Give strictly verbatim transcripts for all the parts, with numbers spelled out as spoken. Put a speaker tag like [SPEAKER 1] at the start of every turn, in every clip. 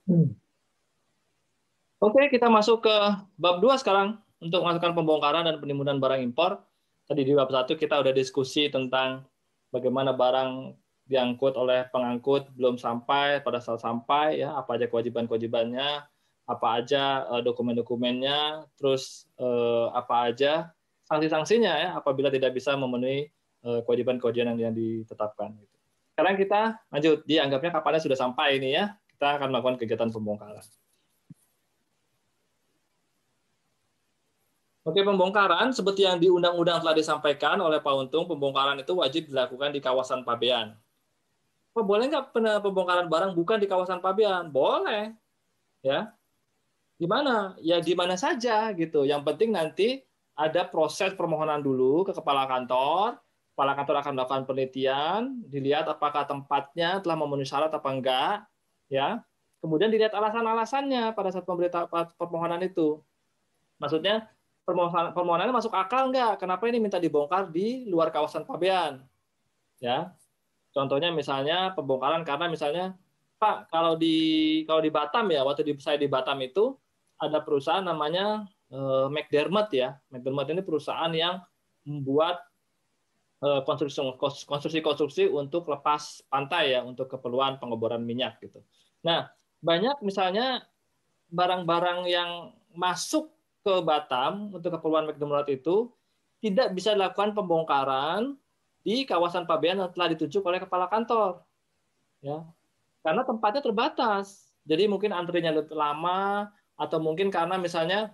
[SPEAKER 1] Hmm. Oke, kita masuk ke bab dua sekarang untuk melakukan pembongkaran dan penimbunan barang impor. Tadi di bab satu kita udah diskusi tentang bagaimana barang diangkut oleh pengangkut belum sampai, pada saat sampai ya, apa aja kewajiban-kewajibannya, apa aja eh, dokumen-dokumennya, terus eh, apa aja sanksi-sanksinya ya apabila tidak bisa memenuhi eh, kewajiban-kewajiban yang, yang ditetapkan. Sekarang kita lanjut, dianggapnya kapalnya sudah sampai ini ya, kita akan melakukan kegiatan pembongkaran. Oke, pembongkaran seperti yang di undang-undang telah disampaikan oleh Pak Untung, pembongkaran itu wajib dilakukan di kawasan pabean. Oh, boleh nggak pembongkaran barang bukan di kawasan pabean? Boleh, ya. Di mana? Ya di mana saja gitu. Yang penting nanti ada proses permohonan dulu ke kepala kantor. Kepala kantor akan melakukan penelitian, dilihat apakah tempatnya telah memenuhi syarat apa enggak, ya. Kemudian dilihat alasan-alasannya pada saat pemberita permohonan itu. Maksudnya permohonan permohonannya masuk akal nggak? Kenapa ini minta dibongkar di luar kawasan pabean? Ya, contohnya misalnya pembongkaran karena misalnya Pak, kalau di kalau di Batam ya, waktu di, saya di Batam itu ada perusahaan namanya eh, McDermott ya. McDermott ini perusahaan yang membuat eh, konstruksi konstruksi-konstruksi untuk lepas pantai ya, untuk keperluan pengeboran minyak gitu. Nah, banyak misalnya barang-barang yang masuk ke Batam untuk keperluan McDermott itu tidak bisa dilakukan pembongkaran di kawasan pabean yang telah ditunjuk oleh kepala kantor, ya, karena tempatnya terbatas. Jadi mungkin antrinya lebih lama atau mungkin karena misalnya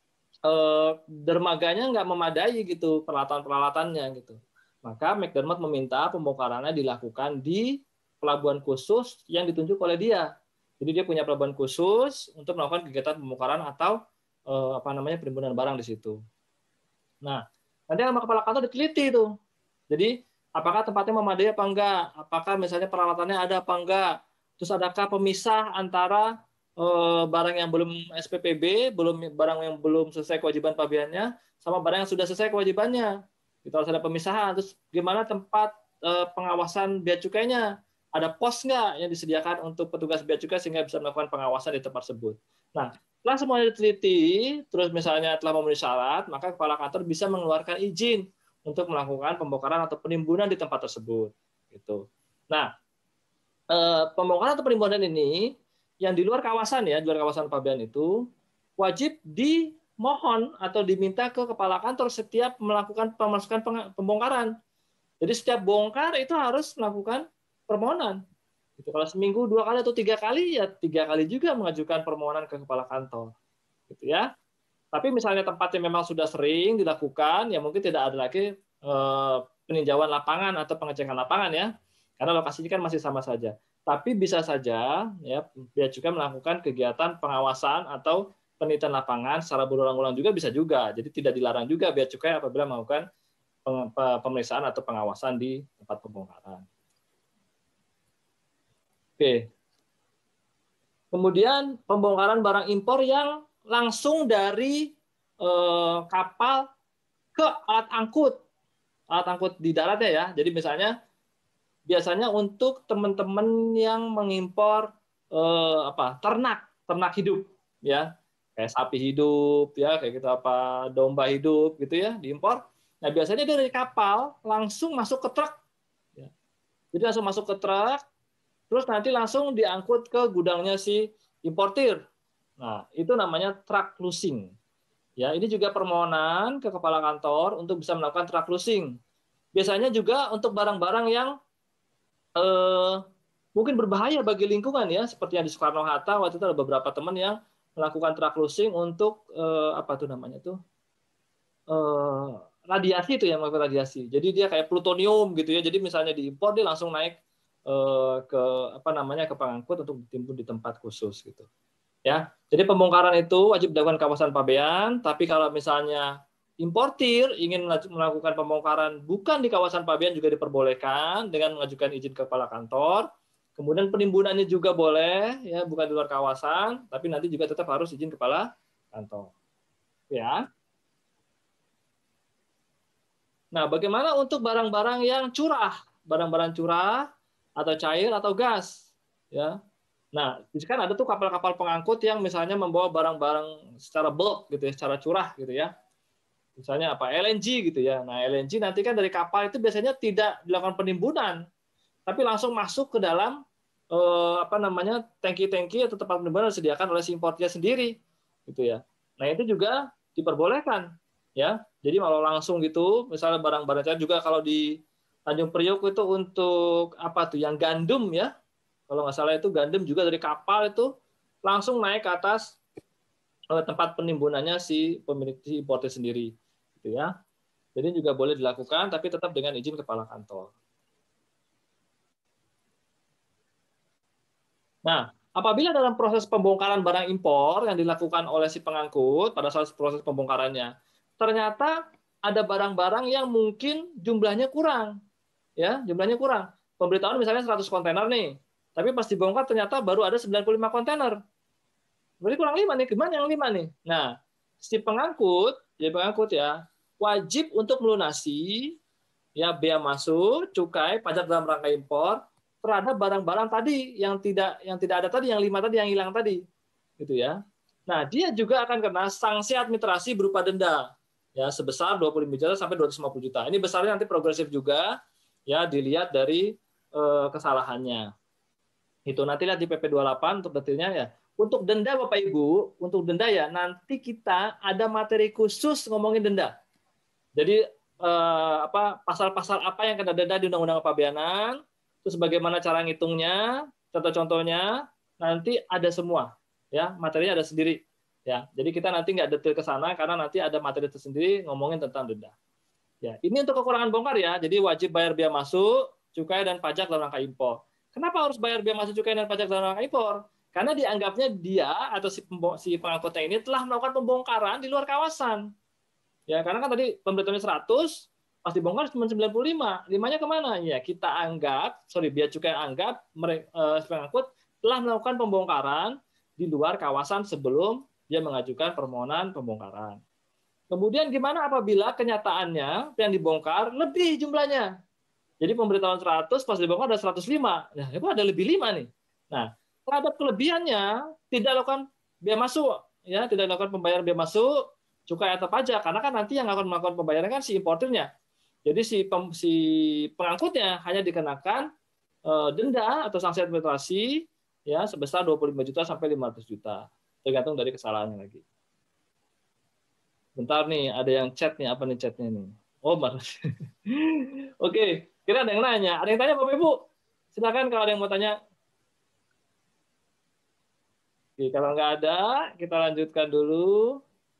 [SPEAKER 1] eh, dermaganya nggak memadai gitu peralatan-peralatannya gitu. Maka McDermott meminta pembongkarannya dilakukan di pelabuhan khusus yang ditunjuk oleh dia. Jadi dia punya pelabuhan khusus untuk melakukan kegiatan pembongkaran atau eh, apa namanya penimbunan barang di situ. Nah, nanti sama kepala kantor diteliti itu. Jadi apakah tempatnya memadai apa enggak? Apakah misalnya peralatannya ada apa enggak? Terus adakah pemisah antara eh, barang yang belum S P P B, belum barang yang belum selesai kewajiban pabeannya, sama barang yang sudah selesai kewajibannya? Itu harus ada pemisahan. Terus gimana tempat eh, pengawasan bea cukainya? Ada pos nggak yang disediakan untuk petugas bea cukai sehingga bisa melakukan pengawasan di tempat tersebut? Nah, setelah semuanya diteliti, terus misalnya telah memenuhi syarat, maka kepala kantor bisa mengeluarkan izin untuk melakukan pembongkaran atau penimbunan di tempat tersebut. Gitu. Nah, eh, pembongkaran atau penimbunan ini yang di luar kawasan ya, di luar kawasan pabean itu wajib dimohon atau diminta ke kepala kantor setiap melakukan pemasukan pembongkaran. Jadi setiap bongkar itu harus melakukan permohonan. Gitu. Kalau seminggu dua kali atau tiga kali, ya tiga kali juga mengajukan permohonan ke kepala kantor. Gitu ya. Tapi misalnya tempatnya memang sudah sering dilakukan, ya mungkin tidak ada lagi eh, peninjauan lapangan atau pengecekan lapangan ya, karena lokasinya kan masih sama saja. Tapi bisa saja ya bea cukai melakukan kegiatan pengawasan atau penelitian lapangan secara berulang-ulang juga bisa juga. Jadi tidak dilarang juga bea cukai apabila melakukan pemeriksaan atau pengawasan di tempat pembongkaran. Oke. Kemudian pembongkaran barang impor yang langsung dari eh, kapal ke alat angkut, alat angkut di daratnya ya. Jadi misalnya biasanya untuk teman-teman yang mengimpor eh, apa ternak, ternak hidup ya, kayak sapi hidup ya, kayak gitu apa domba hidup gitu ya diimpor. Nah biasanya dari kapal langsung masuk ke truk, ya. Jadi langsung masuk ke truk, terus nanti langsung diangkut ke gudangnya si importir. Nah itu namanya truck loosing. Ya, ini juga permohonan ke kepala kantor untuk bisa melakukan truck loosing. Biasanya juga untuk barang-barang yang eh, mungkin berbahaya bagi lingkungan ya, seperti yang di Soekarno Hatta waktu itu ada beberapa teman yang melakukan truck loosing untuk eh, apa tuh namanya tuh eh, radiasi itu yang melakukan radiasi. Jadi dia kayak plutonium gitu ya. Jadi misalnya diimpor dia langsung naik eh, ke apa namanya ke pengangkut untuk ditimbun di tempat khusus gitu. Ya, jadi pembongkaran itu wajib dilakukan kawasan pabean, tapi kalau misalnya importir ingin melakukan pembongkaran bukan di kawasan pabean juga diperbolehkan dengan mengajukan izin ke kepala kantor. Kemudian penimbunannya juga boleh, ya bukan di luar kawasan, tapi nanti juga tetap harus izin kepala kantor. Ya. Nah, bagaimana untuk barang-barang yang curah, barang-barang curah atau cair atau gas, ya? Nah, kan ada tuh kapal-kapal pengangkut yang misalnya membawa barang-barang secara bulk gitu ya, secara curah gitu ya. Misalnya apa L N G gitu ya. Nah, L N G nanti kan dari kapal itu biasanya tidak dilakukan penimbunan, tapi langsung masuk ke dalam eh, apa namanya tangki-tangki atau tempat penimbunan disediakan oleh si importnya sendiri gitu ya. Nah, itu juga diperbolehkan ya. Jadi kalau langsung gitu, misalnya barang-barang juga kalau di Tanjung Priok itu untuk apa tuh yang gandum ya. Kalau nggak salah itu gandum juga dari kapal itu langsung naik ke atas eh, tempat penimbunannya si pemilik si importer sendiri gitu ya. Jadi juga boleh dilakukan tapi tetap dengan izin kepala kantor. Nah, apabila dalam proses pembongkaran barang impor yang dilakukan oleh si pengangkut pada saat proses pembongkarannya, ternyata ada barang-barang yang mungkin jumlahnya kurang, ya, jumlahnya kurang. Pemberitahuan misalnya seratus kontainer nih, tapi pas dibongkar ternyata baru ada sembilan puluh lima kontainer. Berarti kurang lima nih, gimana yang lima nih? Nah, si pengangkut, jadi pengangkut ya, wajib untuk melunasi ya bea masuk, cukai, pajak dalam rangka impor terhadap barang-barang tadi yang tidak yang tidak ada tadi, yang lima tadi yang hilang tadi, gitu ya. Nah, dia juga akan kena sanksi administrasi berupa denda ya sebesar dua puluh lima juta sampai dua ratus lima puluh juta. Ini besarnya nanti progresif juga ya dilihat dari eh, kesalahannya. Itu nanti lihat di P P dua puluh delapan untuk detailnya ya. Untuk denda Bapak Ibu, untuk denda ya nanti kita ada materi khusus ngomongin denda. Jadi eh, apa pasal-pasal apa yang kena denda di Undang-Undang Kepabeanan, terus bagaimana cara ngitungnya, contoh-contohnya nanti ada semua, ya materinya ada sendiri, ya. Jadi kita nanti nggak detail ke sana karena nanti ada materi tersendiri ngomongin tentang denda. Ya, ini untuk kekurangan bongkar ya. Jadi wajib bayar bea masuk, cukai dan pajak dalam rangka impor. Kenapa harus bayar bea masuk, cukai dan pajak dalam rangka impor? Karena dianggapnya dia atau si, si pengangkutnya ini telah melakukan pembongkaran di luar kawasan. Ya, karena kan tadi pemberitahuannya seratus, pas dibongkar cuma sembilan puluh lima. Limanya kemana? Ya, kita anggap, sorry, biaya cukai anggap mereka eh, pengangkut telah melakukan pembongkaran di luar kawasan sebelum dia mengajukan permohonan pembongkaran. Kemudian gimana apabila kenyataannya yang dibongkar lebih jumlahnya? Jadi pemberitahuan seratus, pas dibongkar ada seratus lima. Nah, itu ada lebih lima nih. Nah, terhadap kelebihannya tidak lakukan biaya masuk, ya, tidak lakukan pembayaran biaya masuk, cukai atau pajak, karena kan nanti yang akan melakukan pembayaran kan si importernya. Jadi si, pem, si pengangkutnya hanya dikenakan eh, denda atau sanksi administrasi ya sebesar dua puluh lima juta sampai lima ratus juta, tergantung dari kesalahannya lagi. Bentar nih, ada yang chat nih, apa nih chatnya nih? Oh, Mas. Oke, kira ada yang nanya. Ada yang tanya Bapak Ibu? Silakan kalau ada yang mau tanya. Oke, kalau nggak ada, kita lanjutkan dulu.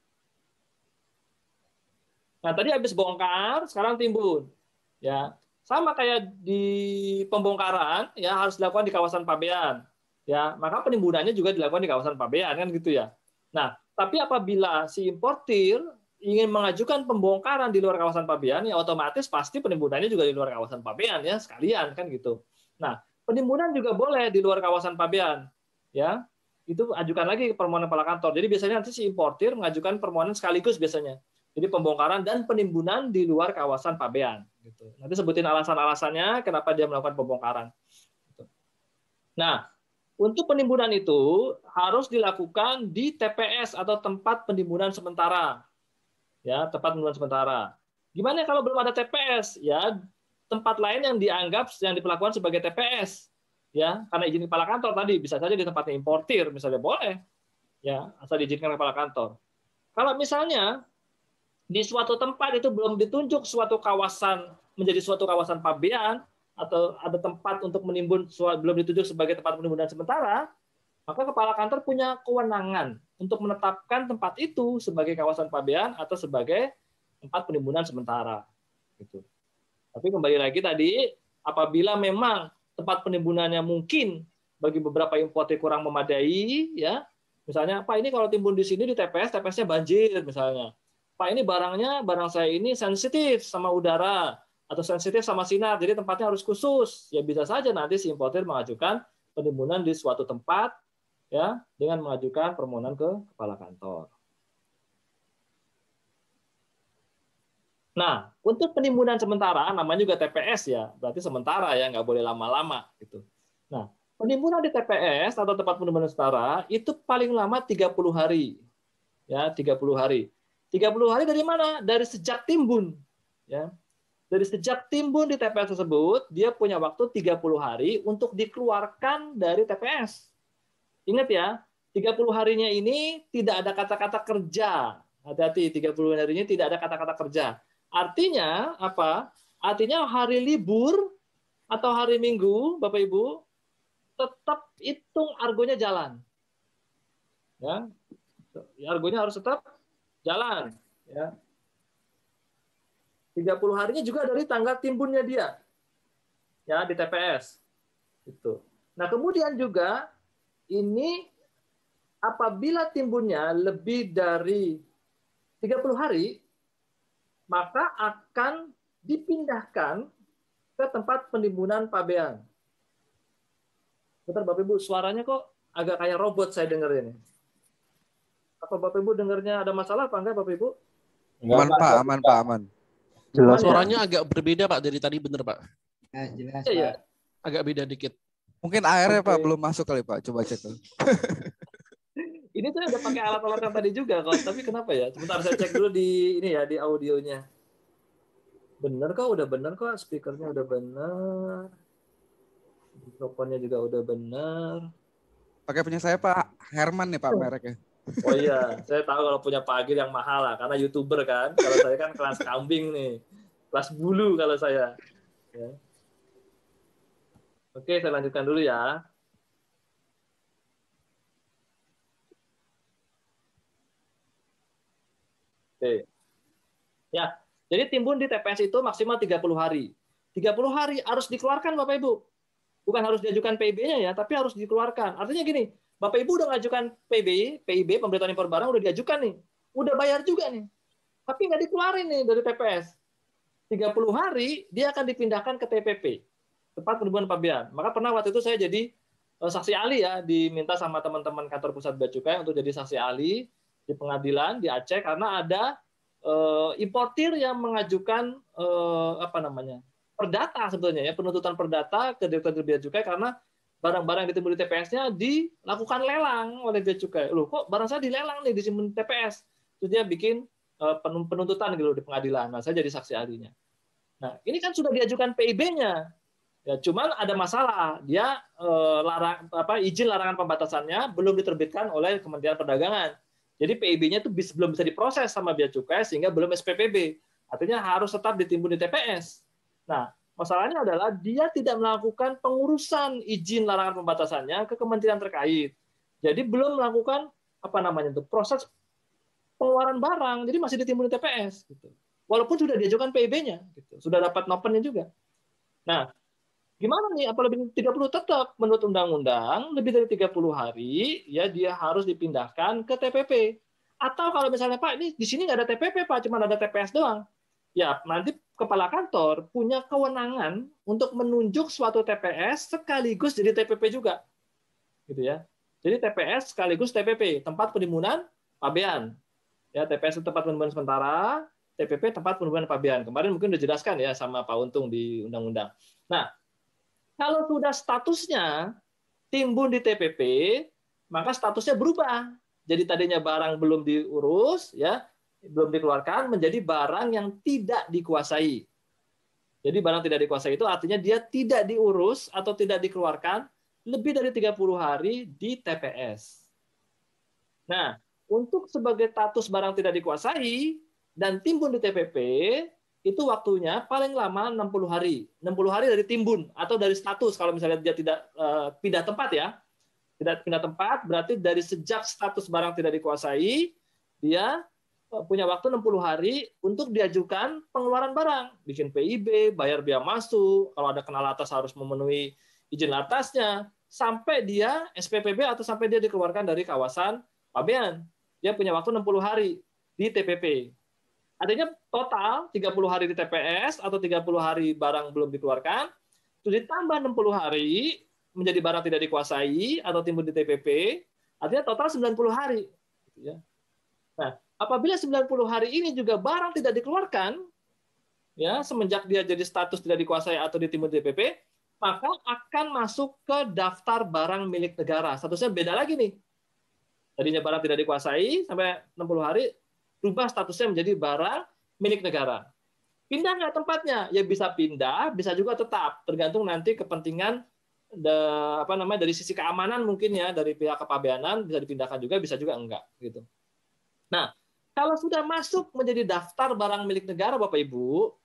[SPEAKER 1] Nah, tadi habis bongkar, sekarang timbun. Ya, sama kayak di pembongkaran, ya harus dilakukan di kawasan pabean. Ya, maka penimbunannya juga dilakukan di kawasan pabean kan gitu ya. Nah, tapi apabila si importir ingin mengajukan pembongkaran di luar kawasan pabean, ya otomatis pasti penimbunannya juga di luar kawasan pabean ya sekalian kan gitu. Nah, penimbunan juga boleh di luar kawasan pabean, ya. Itu ajukan lagi ke permohonan kepala kantor. Jadi biasanya nanti si importir mengajukan permohonan sekaligus biasanya. Jadi pembongkaran dan penimbunan di luar kawasan pabean. Gitu. Nanti sebutin alasan-alasannya kenapa dia melakukan pembongkaran. Gitu. Nah, untuk penimbunan itu harus dilakukan di T P S atau tempat penimbunan sementara. Ya, tempat penimbunan sementara. Gimana kalau belum ada T P S? Ya, tempat lain yang dianggap yang diperlakukan sebagai T P S. Ya, karena izin kepala kantor tadi bisa saja di tempatnya importir misalnya boleh. Ya, asal diizinkan kepala kantor. Kalau misalnya di suatu tempat itu belum ditunjuk suatu kawasan menjadi suatu kawasan pabean atau ada tempat untuk menimbun belum ditunjuk sebagai tempat penimbunan sementara, maka kepala kantor punya kewenangan untuk menetapkan tempat itu sebagai kawasan pabean atau sebagai tempat penimbunan sementara. Gitu. Tapi kembali lagi tadi, apabila memang tempat penimbunannya mungkin bagi beberapa importer kurang memadai, ya, misalnya, Pak ini kalau timbun di sini di T P S, T P S-nya banjir misalnya. Pak ini barangnya, barang saya ini sensitif sama udara atau sensitif sama sinar, jadi tempatnya harus khusus. Ya bisa saja nanti si importer mengajukan penimbunan di suatu tempat, ya, dengan mengajukan permohonan ke kepala kantor. Nah, untuk penimbunan sementara, namanya juga T P S ya, berarti sementara ya, nggak boleh lama-lama gitu. Nah, Penimbunan di T P S atau tempat penimbunan setara itu paling lama tiga puluh hari. Ya, tiga puluh hari. tiga puluh hari dari mana? Dari sejak timbun. Ya. Dari sejak timbun di T P S tersebut, dia punya waktu tiga puluh hari untuk dikeluarkan dari T P S. Ingat ya, tiga puluh harinya ini tidak ada kata-kata kerja. Hati-hati, tiga puluh harinya tidak ada kata-kata kerja. Artinya apa? Artinya hari libur atau hari Minggu, Bapak Ibu, tetap hitung argonya jalan. Ya, argonya harus tetap jalan. Ya. tiga puluh harinya juga dari tanggal timbunnya dia. Ya, di T P S. Itu. Nah, kemudian juga ini apabila timbunnya lebih dari tiga puluh hari, maka akan dipindahkan ke tempat penimbunan pabean. Bentar Bapak Ibu, suaranya kok agak kayak robot saya dengar ini. Apa Bapak Ibu dengarnya ada masalah apa enggak Bapak Ibu?
[SPEAKER 2] Aman Pak, aman Pak, aman.
[SPEAKER 3] Jelas.
[SPEAKER 4] Suaranya agak berbeda Pak dari tadi, bener Pak?
[SPEAKER 3] Ya, jelas
[SPEAKER 1] Iya, ya.
[SPEAKER 3] Pak.
[SPEAKER 4] Agak beda dikit.
[SPEAKER 2] Mungkin airnya
[SPEAKER 1] Oke.
[SPEAKER 2] Pak belum masuk kali Pak, coba cek dulu.
[SPEAKER 1] Ini saya udah pakai alat-alat yang tadi juga kok, tapi kenapa ya? Sebentar saya cek dulu di ini ya di audionya. Bener kok, udah bener kok, speakernya udah bener. Mikrofonnya juga udah bener.
[SPEAKER 2] Pakai punya saya Pak Herman nih Pak mereknya.
[SPEAKER 1] Oh iya, saya tahu kalau punya Pak Agil yang mahal lah, karena YouTuber kan. Kalau saya kan kelas kambing nih, kelas bulu kalau saya. Ya. Oke, saya lanjutkan dulu ya. Oke. Ya, jadi timbun di T P S itu maksimal tiga puluh hari. tiga puluh hari harus dikeluarkan Bapak Ibu. Bukan harus diajukan P I B-nya ya, tapi harus dikeluarkan. Artinya gini, Bapak Ibu udah ngajukan P I B, P I B pemberitahuan impor barang udah diajukan nih. Udah bayar juga nih. Tapi nggak dikeluarin nih dari T P S. tiga puluh hari dia akan dipindahkan ke T P P, tempat penimbunan pabean. Maka pernah waktu itu saya jadi uh, saksi ahli ya, diminta sama teman-teman kantor pusat bea cukai untuk jadi saksi ahli di pengadilan di Aceh karena ada uh, importir yang mengajukan uh, apa namanya? Perdata sebetulnya ya, penuntutan perdata ke Direktorat Bea Cukai karena barang-barang yang ditimbun di T P S-nya dilakukan lelang oleh Bea Cukai. Loh, kok barang saya dilelang nih disimpan di T P S? Terus dia bikin uh, penuntutan gitu di pengadilan. Nah, saya jadi saksi ahlinya. Nah, ini kan sudah diajukan P I B-nya. Ya, cuman ada masalah. Dia eh, larang apa izin larangan pembatasannya belum diterbitkan oleh Kementerian Perdagangan. Jadi P I B-nya itu bis, belum bisa diproses sama Bea Cukai sehingga belum S P P B. Artinya harus tetap ditimbun di T P S. Nah, masalahnya adalah dia tidak melakukan pengurusan izin larangan pembatasannya ke kementerian terkait. Jadi belum melakukan apa namanya itu proses pengeluaran barang. Jadi masih ditimbun di T P S gitu. Walaupun sudah diajukan P I B-nya, gitu. Sudah dapat nopennya juga. Nah, gimana nih? Apa lebih dari tiga puluh tetap menurut undang-undang lebih dari tiga puluh hari ya dia harus dipindahkan ke T P P. Atau kalau misalnya Pak ini di sini nggak ada T P P Pak, cuma ada T P S doang. Ya nanti kepala kantor punya kewenangan untuk menunjuk suatu T P S sekaligus jadi T P P juga, gitu ya. Jadi T P S sekaligus T P P tempat penimbunan pabean. Ya T P S itu tempat penimbunan sementara. T P P tempat penimbunan pabean. Kemarin mungkin sudah dijelaskan ya sama Pak Untung di undang-undang. Nah, kalau sudah statusnya timbun di T P P, maka statusnya berubah. Jadi tadinya barang belum diurus, ya, belum dikeluarkan menjadi barang yang tidak dikuasai. Jadi barang tidak dikuasai itu artinya dia tidak diurus atau tidak dikeluarkan lebih dari tiga puluh hari di T P S. Nah, untuk sebagai status barang tidak dikuasai dan timbun di T P P, itu waktunya paling lama enam puluh hari. enam puluh hari dari timbun atau dari status kalau misalnya dia tidak uh, pindah tempat ya. Tidak pindah tempat berarti dari sejak status barang tidak dikuasai, dia punya waktu enam puluh hari untuk diajukan pengeluaran barang, bikin P I B, bayar biaya masuk, kalau ada kenal atas harus memenuhi izin atasnya, sampai dia S P P B atau sampai dia dikeluarkan dari kawasan pabean. Dia punya waktu enam puluh hari di T P P. Artinya total tiga puluh hari di T P S atau tiga puluh hari barang belum dikeluarkan, itu ditambah enam puluh hari menjadi barang tidak dikuasai atau timbun di T P P, artinya total sembilan puluh hari. Nah, apabila sembilan puluh hari ini juga barang tidak dikeluarkan, ya semenjak dia jadi status tidak dikuasai atau ditimbun di T P P, maka akan masuk ke daftar barang milik negara. Statusnya beda lagi nih. Tadinya barang tidak dikuasai sampai enam puluh hari, berubah statusnya menjadi barang milik negara. Pindah nggak tempatnya? Ya bisa pindah, bisa juga tetap, tergantung nanti kepentingan de, apa namanya dari sisi keamanan mungkin ya, dari pihak kepabeanan bisa dipindahkan juga, bisa juga enggak gitu. Nah, kalau sudah masuk menjadi daftar barang milik negara, Bapak Ibu,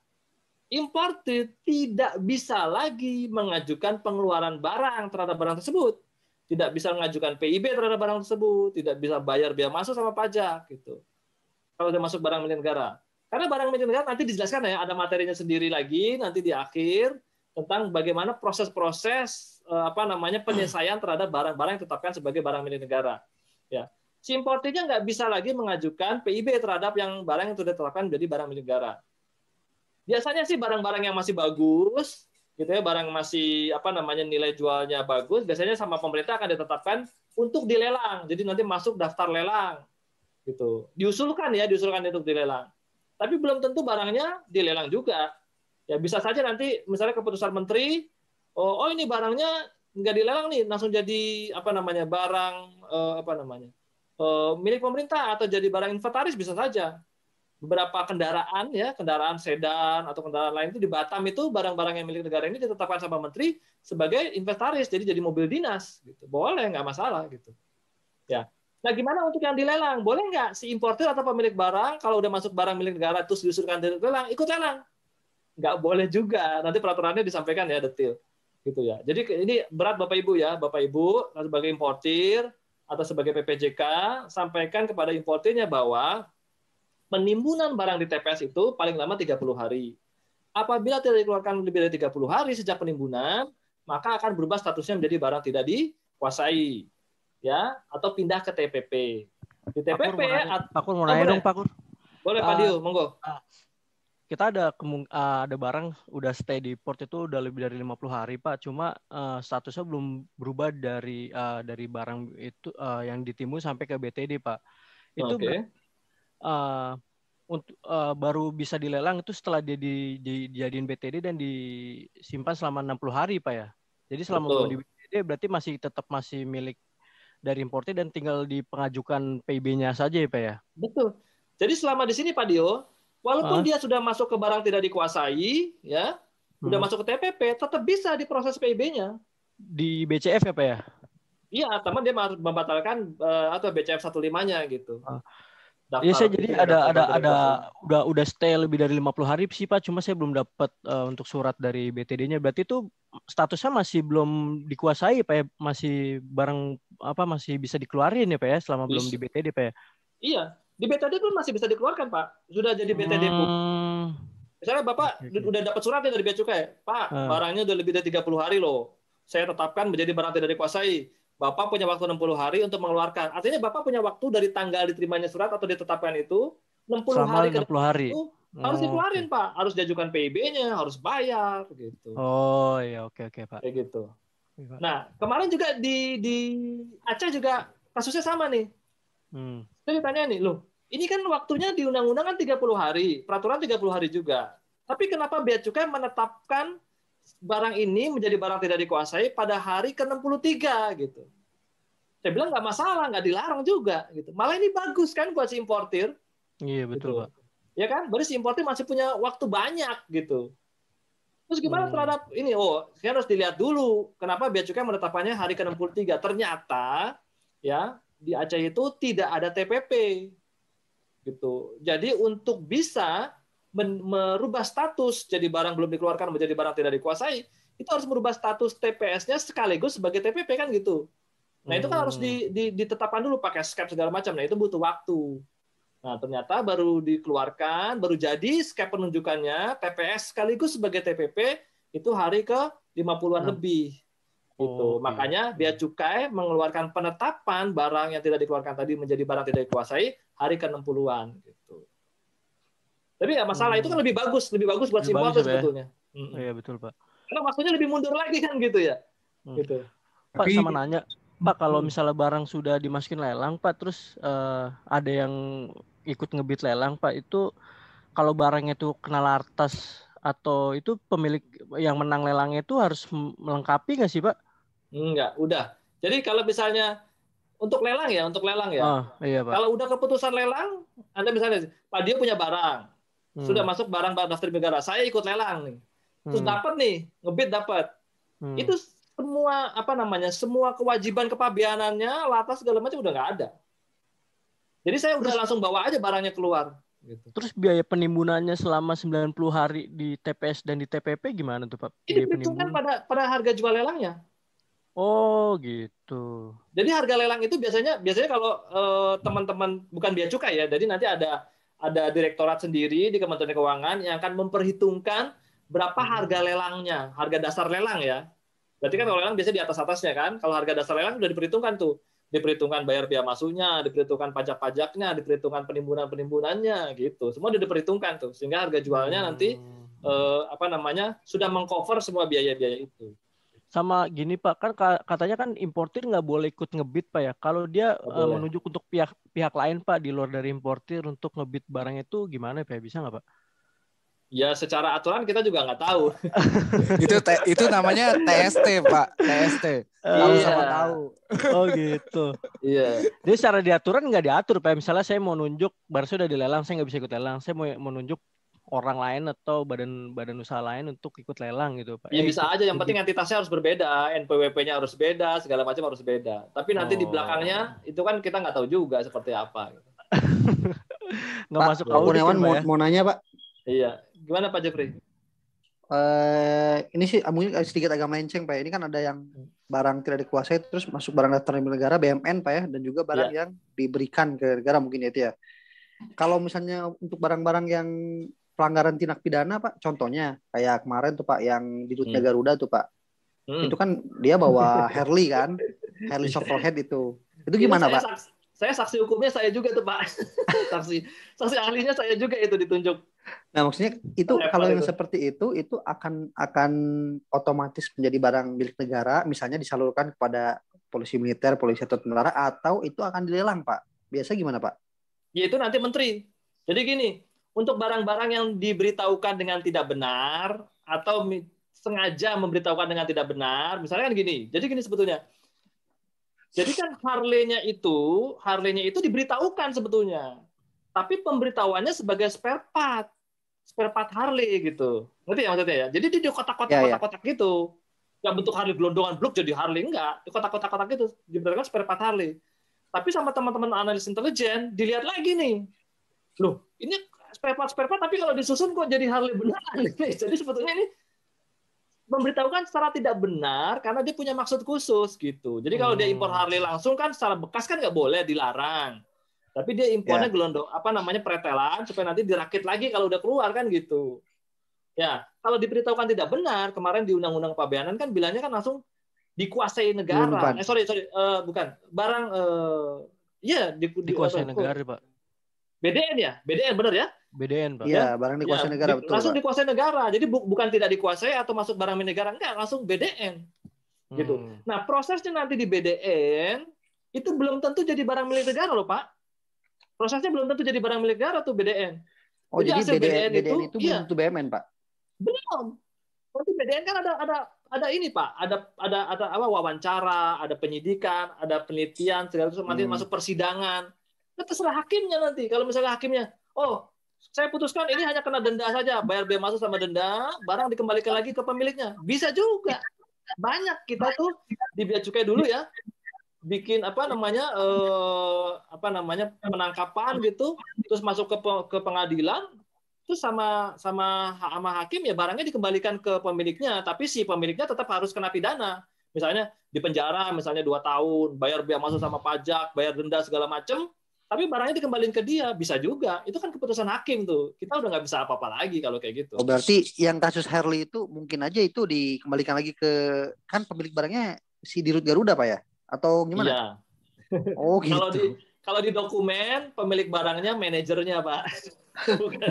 [SPEAKER 1] importir tidak bisa lagi mengajukan pengeluaran barang terhadap barang tersebut, tidak bisa mengajukan P I B terhadap barang tersebut, tidak bisa bayar biaya masuk sama pajak gitu. Kalau sudah masuk barang milik negara, karena barang milik negara nanti dijelaskan ya, ada materinya sendiri lagi nanti di akhir tentang bagaimana proses-proses apa namanya penyelesaian terhadap barang-barang yang ditetapkan sebagai barang milik negara. Ya, si importirnya nggak bisa lagi mengajukan P I B terhadap yang barang yang sudah ditetapkan menjadi barang milik negara. Biasanya sih barang-barang yang masih bagus, gitu ya, barang masih apa namanya nilai jualnya bagus, biasanya sama pemerintah akan ditetapkan untuk dilelang. Jadi nanti masuk daftar lelang, gitu. Diusulkan ya, diusulkan untuk dilelang. Tapi belum tentu barangnya dilelang juga. Ya bisa saja nanti misalnya keputusan menteri, oh, oh ini barangnya nggak dilelang nih, langsung jadi apa namanya barang eh, apa namanya eh, milik pemerintah atau jadi barang inventaris bisa saja. Beberapa kendaraan ya, kendaraan sedan atau kendaraan lain itu di Batam itu barang-barang yang milik negara ini ditetapkan sama menteri sebagai inventaris, jadi jadi mobil dinas gitu. Boleh, nggak masalah gitu. Ya. Nah, gimana untuk yang dilelang? Boleh nggak si importir atau pemilik barang kalau udah masuk barang milik negara terus diusulkan dilelang, ikut lelang? Nggak boleh juga. Nanti peraturannya disampaikan ya detail gitu ya. Jadi ini berat Bapak Ibu ya, Bapak Ibu sebagai importir atau sebagai P P J K sampaikan kepada importirnya bahwa penimbunan barang di T P S itu paling lama tiga puluh hari. Apabila tidak dikeluarkan lebih dari tiga puluh hari sejak penimbunan, maka akan berubah statusnya menjadi barang tidak dikuasai. Ya, atau pindah ke T P P. Di T P P,
[SPEAKER 5] Pak Kur mau nanya dong, Pak Kur.
[SPEAKER 1] Boleh, Pak Dio, monggo.
[SPEAKER 5] Kita ada kemung- ada barang udah stay di port itu udah lebih dari lima puluh hari, Pak. Cuma uh, statusnya belum berubah dari uh, dari barang itu uh, yang ditimbun sampai ke B T D, Pak. Itu
[SPEAKER 1] Oke. Okay.
[SPEAKER 5] Uh, untuk uh, baru bisa dilelang itu setelah dia di, di, dijadiin B T D dan disimpan selama enam puluh hari, Pak ya. Jadi selama
[SPEAKER 1] Betul.
[SPEAKER 5] belum di B T D berarti masih tetap masih milik dari importir dan tinggal dipengajukan P I B-nya saja ya, Pak ya.
[SPEAKER 1] Betul. Jadi selama di sini Pak Dio, walaupun
[SPEAKER 5] uh.
[SPEAKER 1] dia sudah masuk ke barang tidak dikuasai, ya, hmm. sudah masuk ke T P P, tetap bisa diproses P I B-nya.
[SPEAKER 5] Di B C F ya, Pak ya?
[SPEAKER 1] Iya, teman dia harus membatalkan uh, atau B C F satu lima nya gitu.
[SPEAKER 5] Uh. Iya, saya jadi ada ada ada udah udah stay lebih dari lima puluh hari sih Pak, cuma saya belum dapat uh, untuk surat dari B T D-nya. Berarti itu statusnya masih belum dikuasai Pak ya, masih barang apa masih bisa dikeluarin ya Pak ya selama bisa. Belum di B T D Pak ya.
[SPEAKER 1] Iya, di B T D pun masih bisa dikeluarkan Pak. Sudah jadi B T D pun. Hmm. Misalnya Bapak okay, okay. udah dapat suratnya dari Bea Cukai, Pak, uh. barangnya udah lebih dari tiga puluh hari loh. Saya tetapkan menjadi barang tidak dikuasai. Bapak punya waktu enam puluh hari untuk mengeluarkan. Artinya Bapak punya waktu dari tanggal diterimanya surat atau ditetapkan itu enam puluh
[SPEAKER 5] selama
[SPEAKER 1] hari
[SPEAKER 5] enam puluh hari.
[SPEAKER 1] Itu harus dikeluarin, okay. Pak. Harus diajukan P I B-nya, harus bayar gitu.
[SPEAKER 5] Oh, iya oke okay, oke, okay, Pak.
[SPEAKER 1] Kayak gitu. Nah, kemarin juga di di Aceh juga kasusnya sama nih. Hmm. Saya ditanya nih, loh, ini kan waktunya di undang-undang kan tiga puluh hari, peraturan tiga puluh hari juga. Tapi kenapa Bea Cukai menetapkan barang ini menjadi barang tidak dikuasai pada hari ke enam puluh tiga gitu. Saya bilang nggak masalah, nggak dilarang juga gitu. Malah ini bagus kan buat si importir.
[SPEAKER 5] Iya betul gitu. Pak.
[SPEAKER 1] Ya kan, berarti si importir masih punya waktu banyak gitu. Terus gimana hmm. terhadap ini? Oh, saya harus dilihat dulu kenapa Bea Cukai menetapkannya hari ke enam puluh tiga. Ternyata ya di Aceh itu tidak ada T P P gitu. Jadi untuk bisa merubah status jadi barang belum dikeluarkan menjadi barang tidak dikuasai, itu harus merubah status T P S-nya sekaligus sebagai T P P kan gitu. Nah itu kan harus di, di, ditetapkan dulu pakai skep segala macam. Nah itu butuh waktu. Nah ternyata baru dikeluarkan, baru jadi skep penunjukannya T P S sekaligus sebagai T P P itu hari ke lima puluhan hmm. lebih. Gitu. Oh, makanya Bea Cukai mengeluarkan penetapan barang yang tidak dikeluarkan tadi menjadi barang tidak dikuasai hari ke enam puluhan gitu. Tapi ya masalah hmm. itu kan lebih bagus, lebih bagus buat si importer sebetulnya.
[SPEAKER 5] Oh, iya betul Pak.
[SPEAKER 1] Karena waktunya lebih mundur lagi kan gitu ya. Hmm. Gitu.
[SPEAKER 5] Pak Tapi... sama nanya, Pak kalau misalnya barang sudah dimasukin lelang, Pak, terus uh, ada yang ikut ngebid lelang, Pak, itu kalau barangnya itu kena lartas atau itu pemilik yang menang lelangnya itu harus melengkapi nggak sih Pak?
[SPEAKER 1] Enggak, udah. Jadi kalau misalnya untuk lelang ya, untuk lelang ya.
[SPEAKER 5] Oh, iya Pak.
[SPEAKER 1] Kalau udah keputusan lelang, Anda misalnya Pak Dio punya barang, hmm. sudah masuk barang daftar negara, saya ikut lelang nih, terus hmm. dapat nih, ngebid dapat, hmm. itu semua apa namanya, semua kewajiban kepabeanannya, latas segala macam udah nggak ada. Jadi saya udah terus, langsung bawa aja barangnya keluar. Gitu.
[SPEAKER 5] Terus biaya penimbunannya selama sembilan puluh hari di T P S dan di T P P gimana tuh Pak?
[SPEAKER 1] Ini diperhitungkan pada pada harga jual lelangnya.
[SPEAKER 5] Oh gitu.
[SPEAKER 1] Jadi harga lelang itu biasanya biasanya kalau eh, teman-teman bukan bea cukai ya, jadi nanti ada ada direktorat sendiri di Kementerian Keuangan yang akan memperhitungkan berapa harga lelangnya, harga dasar lelang ya. Berarti kan kalau lelang biasanya di atas-atasnya kan, kalau harga dasar lelang sudah diperhitungkan tuh. Diperhitungkan bayar biaya masuknya, diperhitungkan pajak-pajaknya, diperhitungkan penimbunan-penimbunan gitu. Semua sudah diperhitungkan tuh, sehingga harga jualnya nanti eh, apa namanya sudah mengcover semua biaya-biaya itu.
[SPEAKER 5] Sama gini Pak, kan katanya kan importir nggak boleh ikut ngebid Pak ya. Kalau dia uh, menunjuk untuk pihak pihak lain Pak di luar dari importir untuk ngebid barang itu gimana Pak? Bisa nggak Pak?
[SPEAKER 1] Ya secara aturan kita juga nggak tahu.
[SPEAKER 2] itu te, itu namanya T S T Pak, T S T. Tahu
[SPEAKER 5] iya.
[SPEAKER 2] sama tahu.
[SPEAKER 5] Oh gitu.
[SPEAKER 1] Iya.
[SPEAKER 5] Jadi secara diaturan nggak diatur Pak. Misalnya saya mau nunjuk, baru sudah dilelang, saya nggak bisa ikut lelang. Saya mau mau nunjuk orang lain atau badan badan usaha lain untuk ikut lelang gitu Pak.
[SPEAKER 1] Ya
[SPEAKER 5] eh,
[SPEAKER 1] bisa
[SPEAKER 5] ikut,
[SPEAKER 1] aja, yang penting entitasnya harus berbeda, N P W P-nya harus beda, segala macam harus beda. Tapi nanti oh. di belakangnya itu kan kita nggak tahu juga seperti apa.
[SPEAKER 5] Nggak
[SPEAKER 3] Pak,
[SPEAKER 5] masuk audit.
[SPEAKER 3] Kurniawan
[SPEAKER 5] ya,
[SPEAKER 3] mau,
[SPEAKER 5] ya?
[SPEAKER 3] mau nanya Pak.
[SPEAKER 1] Iya, gimana Pak Jeffrey?
[SPEAKER 3] Uh, ini sih mungkin sedikit agak melenceng Pak. Ini kan ada yang barang tidak dikuasai terus masuk barang daftar negara B M N Pak ya, dan juga barang yeah. yang diberikan ke negara mungkin ya itu ya. Kalau misalnya untuk barang-barang yang pelanggaran tindak pidana Pak, contohnya kayak kemarin tuh Pak yang di Rutnya hmm. Garuda tuh Pak, hmm. itu kan dia bawa Harley kan, Harley Shovelhead itu, itu gimana
[SPEAKER 1] itu saya
[SPEAKER 3] Pak?
[SPEAKER 1] Saksi, saya saksi hukumnya saya juga tuh Pak, saksi saksi ahlinya saya juga itu ditunjuk.
[SPEAKER 3] Nah maksudnya itu
[SPEAKER 1] Level
[SPEAKER 3] kalau yang
[SPEAKER 1] itu.
[SPEAKER 3] seperti itu itu akan akan otomatis menjadi barang milik negara, misalnya disalurkan kepada polisi militer, polisi atau tentara, atau itu akan dilelang Pak? Biasa gimana Pak?
[SPEAKER 1] Ya itu nanti menteri. Jadi gini. Untuk barang-barang yang diberitahukan dengan tidak benar atau sengaja memberitahukan dengan tidak benar, misalnya kan gini. Jadi gini sebetulnya. Jadi kan Harley-nya itu, Harley-nya itu diberitahukan sebetulnya. Tapi pemberitahuannya sebagai spare part. Spare part Harley gitu. Ngerti ya maksudnya ya? Jadi dia di kotak-kotak ya, kotak-kotak ya. gitu. Yang bentuk Harley gelondongan blok jadi Harley, enggak. Di kotak-kotak gitu diberitahukan spare part Harley. Tapi sama teman-teman analis intelijen dilihat lagi nih. Loh, ini spare part spare part tapi kalau disusun kok jadi Harley beneran. Jadi sebetulnya ini memberitahukan secara tidak benar karena dia punya maksud khusus gitu. Jadi kalau hmm. dia impor Harley langsung kan secara bekas kan nggak boleh, dilarang. Tapi dia impornya yeah. gelondong apa namanya pretelan supaya nanti dirakit lagi kalau udah keluar kan gitu. Ya, kalau diberitahukan tidak benar, kemarin di Undang-Undang Kepabeanan kan bilangnya kan langsung dikuasai negara. Bukan. Eh sorry sorry uh, bukan barang uh, ya di,
[SPEAKER 5] dikuasai
[SPEAKER 1] di,
[SPEAKER 5] negara Pak.
[SPEAKER 1] B D N ya, B D N benar ya?
[SPEAKER 5] B D N Pak.
[SPEAKER 3] Iya, barang dikuasai ya, negara
[SPEAKER 1] di,
[SPEAKER 3] betul.
[SPEAKER 1] Langsung
[SPEAKER 3] Pak.
[SPEAKER 1] dikuasai negara. Jadi bu, bukan tidak dikuasai atau masuk barang milik negara, enggak, langsung B D N. Gitu. Hmm. Nah, prosesnya nanti di B D N itu belum tentu jadi barang milik negara loh, Pak. Prosesnya belum tentu jadi barang milik negara tuh B D N.
[SPEAKER 3] Oh, jadi, jadi B D N, B D N itu,
[SPEAKER 1] itu,
[SPEAKER 3] itu belum tentu B M N, Pak.
[SPEAKER 1] Belum. Nanti B D N kan ada ada ada ini, Pak. Ada ada ada apa wawancara, ada penyidikan, ada penelitian, segala itu nanti hmm. masuk persidangan. Nah, terserah hakimnya nanti. Kalau misalnya hakimnya, oh, saya putuskan ini hanya kena denda saja, bayar biaya masuk sama denda, barang dikembalikan lagi ke pemiliknya. Bisa juga. Banyak kita tuh di bea cukai dulu ya, bikin apa namanya eh, apa namanya penangkapan gitu, terus masuk ke ke pengadilan, terus sama sama sama hakim ya barangnya dikembalikan ke pemiliknya, tapi si pemiliknya tetap harus kena pidana. Misalnya di penjara misalnya dua tahun, bayar biaya masuk sama pajak, bayar denda segala macam. Tapi barangnya dikembalikan ke dia, bisa juga. Itu kan keputusan hakim tuh. Kita udah nggak bisa apa-apa lagi kalau kayak gitu.
[SPEAKER 3] Oh, berarti yang kasus Harley itu mungkin aja itu dikembalikan lagi ke, kan pemilik barangnya si Dirut Garuda, Pak ya? Atau gimana?
[SPEAKER 1] Iya.
[SPEAKER 3] Oh gitu.
[SPEAKER 1] Kalau di kalau di dokumen pemilik barangnya manajernya, Pak. Bukan.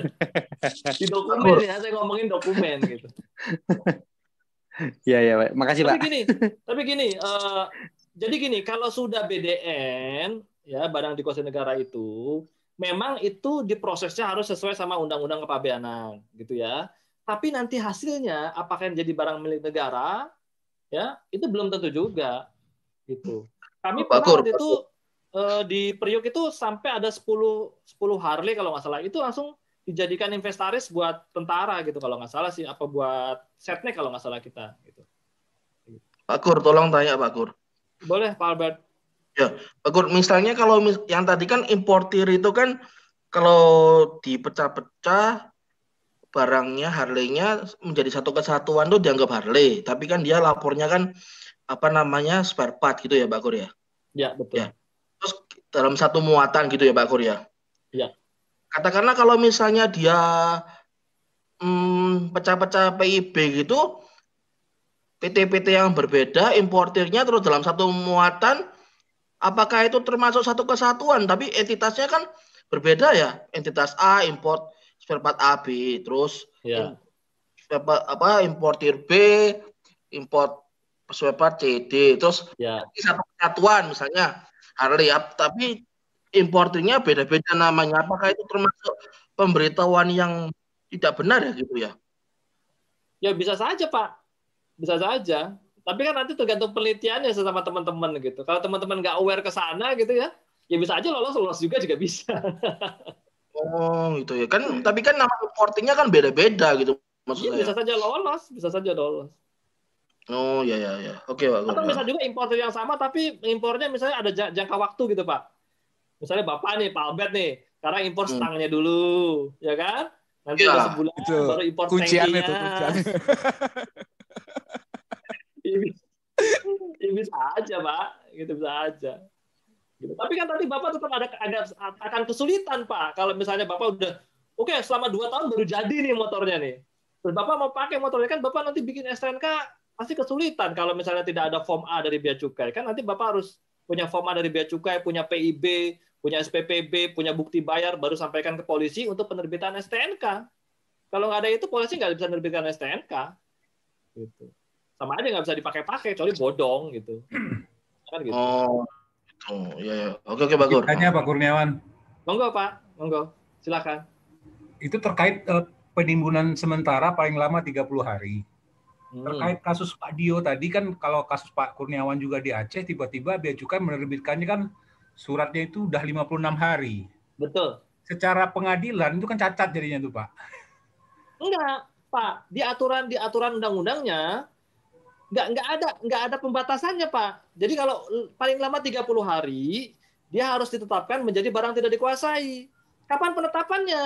[SPEAKER 1] Di dokumen ya, saya ngomongin dokumen gitu.
[SPEAKER 3] Iya iya, Pak. Makasih,
[SPEAKER 1] tapi
[SPEAKER 3] Pak.
[SPEAKER 1] Gini, tapi gini, uh, jadi gini, kalau sudah B D N ya barang dikuasai negara itu memang itu diprosesnya harus sesuai sama undang-undang kepabeanan gitu ya. Tapi nanti hasilnya apakah yang jadi barang milik negara, ya itu belum tentu juga, gitu. Kami pernah
[SPEAKER 6] Bakur,
[SPEAKER 1] waktu itu eh, di Priok itu sampai ada sepuluh Harley kalau nggak salah, itu langsung dijadikan inventaris buat tentara gitu kalau nggak salah sih, apa buat setnek kalau nggak salah kita. Gitu.
[SPEAKER 6] Pak Kur, tolong tanya Pak Kur.
[SPEAKER 1] Boleh Pak Albert.
[SPEAKER 6] Ya, Pak Kur, misalnya kalau mis- yang tadi kan importir itu kan kalau dipecah-pecah barangnya, Harley-nya menjadi satu kesatuan tuh dianggap Harley. Tapi kan dia lapornya kan apa namanya spare part gitu ya Pak Kur ya.
[SPEAKER 1] Ya betul.
[SPEAKER 6] Ya. Terus dalam satu muatan gitu ya Pak Kur ya.
[SPEAKER 1] Ya.
[SPEAKER 6] Katakanlah kalau misalnya dia hmm, pecah-pecah P I B gitu, P T-P T yang berbeda, importirnya terus dalam satu muatan, apakah itu termasuk satu kesatuan? Tapi entitasnya kan berbeda ya. Entitas A import spare part A B, terus
[SPEAKER 1] Ya.
[SPEAKER 6] spare part, apa importir B import spare part C D, terus
[SPEAKER 1] Ya.
[SPEAKER 6] ini satu kesatuan misalnya Harley, tapi importirnya beda-beda namanya. Apakah itu termasuk pemberitahuan yang tidak benar ya gitu ya?
[SPEAKER 1] Ya bisa saja Pak, bisa saja. Tapi kan nanti tergantung penelitiannya sama teman-teman gitu. Kalau teman-teman nggak aware ke sana gitu ya, ya bisa aja lolos, lolos juga juga bisa.
[SPEAKER 6] Oh gitu ya kan, tapi kan nama importingnya kan beda-beda gitu maksudnya.
[SPEAKER 1] Ya, bisa saja lolos, bisa saja lolos.
[SPEAKER 6] Oh ya ya ya, oke Pak.
[SPEAKER 1] Atau bisa juga importer yang sama tapi impornya misalnya ada jangka waktu gitu Pak. Misalnya Bapak nih, Pak Albert nih, sekarang impor
[SPEAKER 6] Hmm.
[SPEAKER 1] stangnya dulu, ya kan? Nanti
[SPEAKER 6] Ya,
[SPEAKER 1] udah sebulan
[SPEAKER 2] itu
[SPEAKER 1] baru impor
[SPEAKER 2] kunciannya
[SPEAKER 1] tankinya.
[SPEAKER 2] tuh, kunciannya.
[SPEAKER 1] Ini ini bisa aja Pak, gitu bisa aja. Gitu. Tapi kan tadi Bapak tetap ada, ada akan kesulitan Pak. Kalau misalnya Bapak udah, oke okay, selama dua tahun baru jadi nih motornya nih. Terus Bapak mau pakai motornya kan Bapak nanti bikin S T N K pasti kesulitan kalau misalnya tidak ada form A dari Bea Cukai. Kan nanti Bapak harus punya form A dari Bea Cukai, punya P I B, punya S P P B, punya bukti bayar, baru sampaikan ke polisi untuk penerbitan S T N K. Kalau nggak ada itu, polisi nggak bisa menerbitkan S T N K. Gitu. Sama aja nggak bisa dipakai-pakai, kecuali bodong gitu. Kan gitu.
[SPEAKER 6] Oh, gitu. Ya ya. Oke oke Pak Kur.
[SPEAKER 7] Tanya Pak Kurniawan,
[SPEAKER 1] Monggo Pak, monggo. Silakan.
[SPEAKER 7] itu terkait eh, penimbunan sementara paling lama tiga puluh hari.
[SPEAKER 1] Hmm.
[SPEAKER 7] Terkait kasus Pak Dio tadi kan, kalau kasus Pak Kurniawan juga di Aceh, tiba-tiba Bea Cukai menerbitkannya kan suratnya itu udah lima puluh enam hari.
[SPEAKER 1] Betul.
[SPEAKER 7] Secara pengadilan itu kan cacat jadinya tuh Pak.
[SPEAKER 1] Enggak, Pak. Di aturan di aturan undang-undangnya enggak enggak ada enggak ada pembatasannya, Pak. Jadi kalau paling lama tiga puluh hari, dia harus ditetapkan menjadi barang tidak dikuasai. Kapan penetapannya?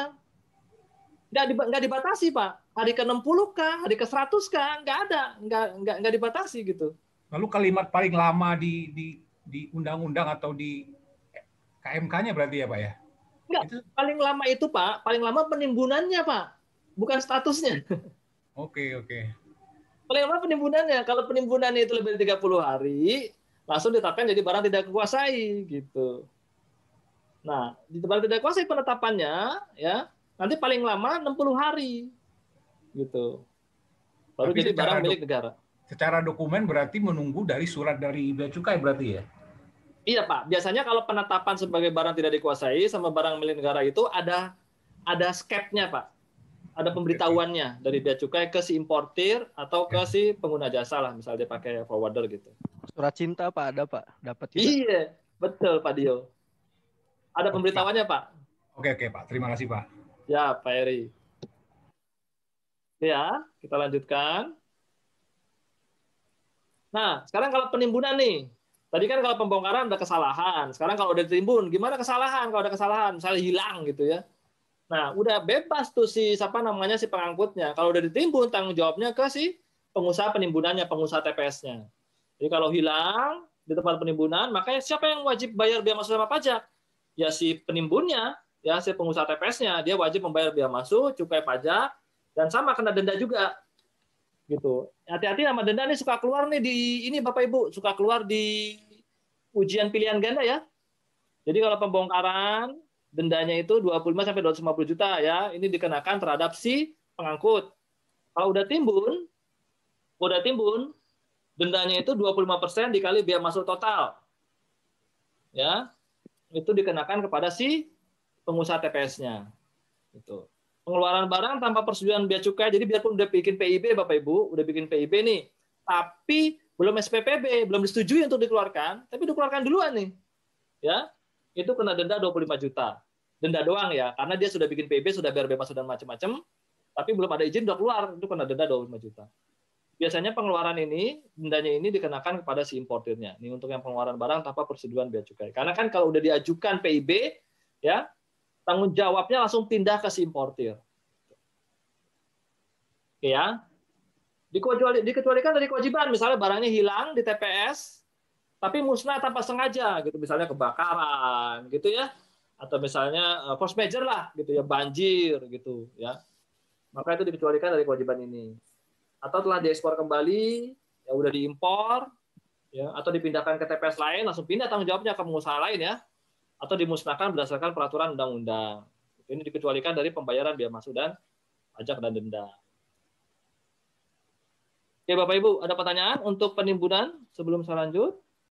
[SPEAKER 1] Enggak di, enggak dibatasi, Pak. Hari ke enam puluh kah, hari ke seratus kah? Enggak ada, enggak enggak enggak dibatasi gitu.
[SPEAKER 7] Lalu kalimat paling lama di di di undang-undang atau di K M K-nya berarti ya Pak ya?
[SPEAKER 1] Enggak,
[SPEAKER 7] Itu-
[SPEAKER 1] paling lama itu, Pak, paling lama penimbunannya, Pak. Bukan statusnya.
[SPEAKER 7] Oke oke.
[SPEAKER 1] Paling lama penimbunannya. Kalau penimbunannya itu lebih dari tiga puluh hari, langsung ditetapkan jadi barang tidak dikuasai gitu. Nah, di barang tidak dikuasai penetapannya ya, nanti paling lama enam puluh hari. Gitu. Baru
[SPEAKER 7] Tapi
[SPEAKER 1] jadi
[SPEAKER 7] secara
[SPEAKER 1] barang
[SPEAKER 7] dok-
[SPEAKER 1] milik negara.
[SPEAKER 7] Secara dokumen berarti menunggu dari surat dari Bea Cukai berarti ya?
[SPEAKER 1] Iya, Pak. Biasanya kalau penetapan sebagai barang tidak dikuasai sama barang milik negara itu ada ada skepnya, Pak. Ada pemberitahuannya dari Bea Cukai ke si importir atau ke si pengguna jasa lah, misalnya dia pakai forwarder gitu.
[SPEAKER 5] Surat cinta Pak ada Pak, dapat kita.
[SPEAKER 1] Iya, betul Pak Dio. Ada pemberitahuannya Pak.
[SPEAKER 7] Oke oke Pak, terima kasih Pak.
[SPEAKER 1] Ya, Pak Eri. Ya, kita lanjutkan. Nah, sekarang kalau penimbunan nih. Tadi kan kalau pembongkaran ada kesalahan. Sekarang kalau udah ditimbun, gimana kesalahan? Kalau ada kesalahan, misalnya hilang gitu ya. Nah, udah bebas tuh si siapa namanya si pengangkutnya. Kalau udah ditimbun, tanggung jawabnya ke si pengusaha penimbunannya, pengusaha T P S-nya. Jadi kalau hilang di tempat penimbunan, makanya siapa yang wajib bayar biaya masuk sama pajak? Ya si penimbunnya, ya si pengusaha T P S-nya, dia wajib membayar biaya masuk, cukai pajak, dan sama kena denda juga. Gitu. Hati-hati sama denda nih suka keluar nih di ini Bapak Ibu, suka keluar di ujian pilihan ganda ya. Jadi kalau pembongkaran dendanya itu dua puluh lima sampai dua ratus lima puluh juta ya. Ini dikenakan terhadap si pengangkut. Kalau udah timbun, udah timbun, dendanya itu dua puluh lima persen dikali biaya masuk total. Ya. Itu dikenakan kepada si pengusaha T P S-nya. Gitu. Pengeluaran barang tanpa persetujuan bea cukai. Jadi biarpun udah bikin P I B Bapak Ibu, udah bikin P I B nih, tapi belum S P P B, belum disetujui untuk dikeluarkan, tapi dikeluarkan duluan nih. Ya. Itu kena denda dua puluh lima juta. Denda doang ya, karena dia sudah bikin P I B, sudah bayar bebas dan macam-macam, tapi belum ada izin udah keluar, itu kena denda dua puluh lima juta. Biasanya pengeluaran ini, dendanya ini dikenakan kepada si importirnya. Ini untuk yang pengeluaran barang tanpa persetujuan bea cukai. Karena kan kalau udah diajukan P I B, ya, tanggung jawabnya langsung pindah ke si importir. Oke ya. Dikecuali, dikecualikan dari kewajiban, misalnya barangnya hilang di T P S, tapi musnah tanpa sengaja, gitu, misalnya kebakaran, gitu ya, atau misalnya force major lah, gitu ya, banjir, gitu ya. Maka itu dikecualikan dari kewajiban ini. Atau telah diekspor kembali, ya udah diimpor, ya, atau dipindahkan ke T P S lain, langsung pindah tanggung jawabnya ke pengusaha lain ya, atau dimusnahkan berdasarkan peraturan undang-undang. Ini dikecualikan dari pembayaran biaya masuk dan pajak dan denda. Oke Bapak Ibu, ada pertanyaan untuk penimbunan sebelum saya lanjut?